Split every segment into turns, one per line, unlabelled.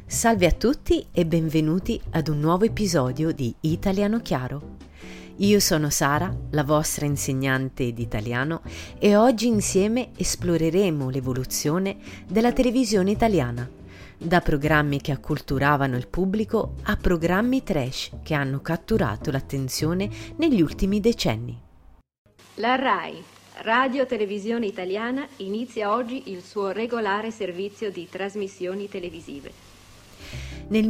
Salve a tutti e benvenuti ad un nuovo episodio di Italiano Chiaro. Io sono Sara, la vostra insegnante di italiano, e oggi insieme esploreremo l'evoluzione della televisione italiana, da programmi che acculturavano il pubblico a programmi trash che hanno catturato l'attenzione negli ultimi decenni.
La RAI, Radio Televisione Italiana, inizia oggi il suo regolare servizio di trasmissioni televisive.
Nel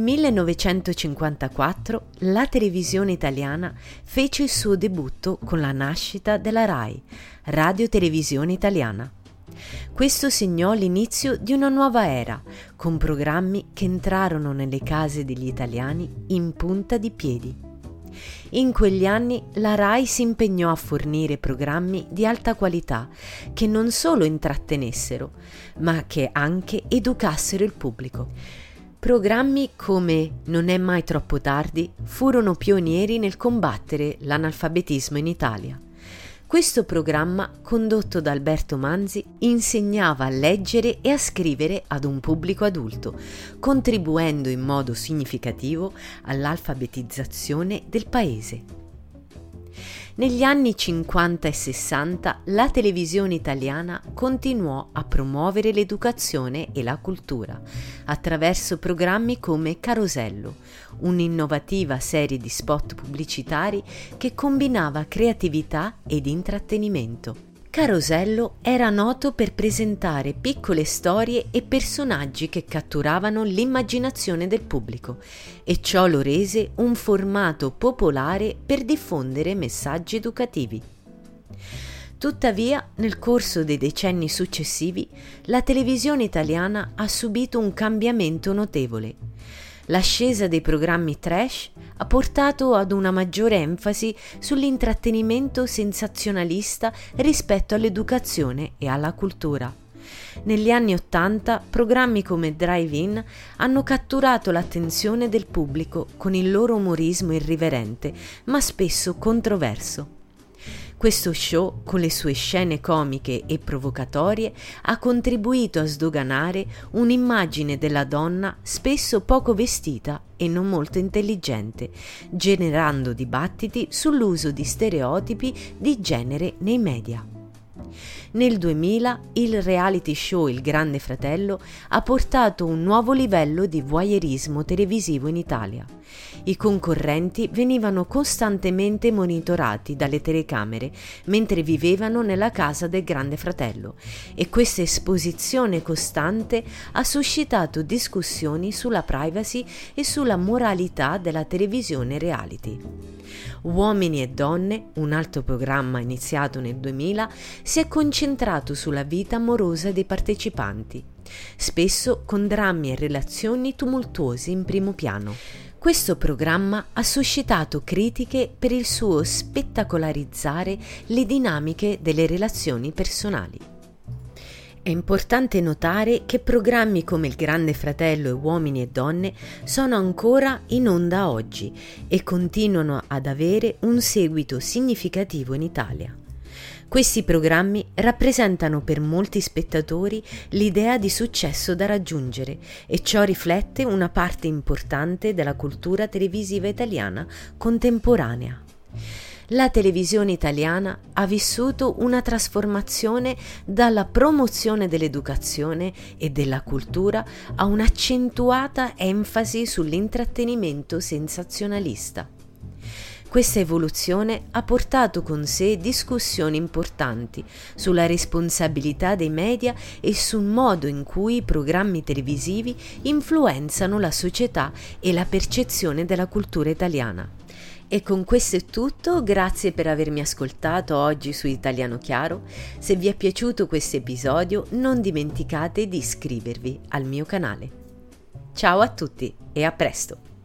1954 la televisione italiana fece il suo debutto con la nascita della RAI, Radio Televisione Italiana. Questo segnò l'inizio di una nuova era, con programmi che entrarono nelle case degli italiani in punta di piedi. In quegli anni la RAI si impegnò a fornire programmi di alta qualità che non solo intrattenessero, ma che anche educassero il pubblico. Programmi come Non è mai troppo tardi furono pionieri nel combattere l'analfabetismo in Italia. Questo programma, condotto da Alberto Manzi, insegnava a leggere e a scrivere ad un pubblico adulto, contribuendo in modo significativo all'alfabetizzazione del paese. Negli anni 50 e 60 la televisione italiana continuò a promuovere l'educazione e la cultura attraverso programmi come Carosello, un'innovativa serie di spot pubblicitari che combinava creatività ed intrattenimento. Carosello era noto per presentare piccole storie e personaggi che catturavano l'immaginazione del pubblico e ciò lo rese un formato popolare per diffondere messaggi educativi. Tuttavia, nel corso dei decenni successivi, la televisione italiana ha subito un cambiamento notevole. L'ascesa dei programmi trash ha portato ad una maggiore enfasi sull'intrattenimento sensazionalista rispetto all'educazione e alla cultura. Negli anni '80 programmi come Drive-In hanno catturato l'attenzione del pubblico con il loro umorismo irriverente, ma spesso controverso. Questo show, con le sue scene comiche e provocatorie, ha contribuito a sdoganare un'immagine della donna spesso poco vestita e non molto intelligente, generando dibattiti sull'uso di stereotipi di genere nei media. Nel 2000 il reality show Il Grande Fratello ha portato un nuovo livello di voyeurismo televisivo in Italia. I concorrenti venivano costantemente monitorati dalle telecamere mentre vivevano nella casa del Grande Fratello e questa esposizione costante ha suscitato discussioni sulla privacy e sulla moralità della televisione reality. Uomini e donne, un altro programma iniziato nel 2000, si è concentrato sulla vita amorosa dei partecipanti, spesso con drammi e relazioni tumultuose in primo piano. Questo programma ha suscitato critiche per il suo spettacolarizzare le dinamiche delle relazioni personali. È importante notare che programmi come Il Grande Fratello e Uomini e Donne sono ancora in onda oggi e continuano ad avere un seguito significativo in Italia. Questi programmi rappresentano per molti spettatori l'idea di successo da raggiungere e ciò riflette una parte importante della cultura televisiva italiana contemporanea. La televisione italiana ha vissuto una trasformazione dalla promozione dell'educazione e della cultura a un'accentuata enfasi sull'intrattenimento sensazionalista. Questa evoluzione ha portato con sé discussioni importanti sulla responsabilità dei media e sul modo in cui i programmi televisivi influenzano la società e la percezione della cultura italiana. E con questo è tutto, grazie per avermi ascoltato oggi su Italiano Chiaro. Se vi è piaciuto questo episodio non dimenticate di iscrivervi al mio canale. Ciao a tutti e a presto!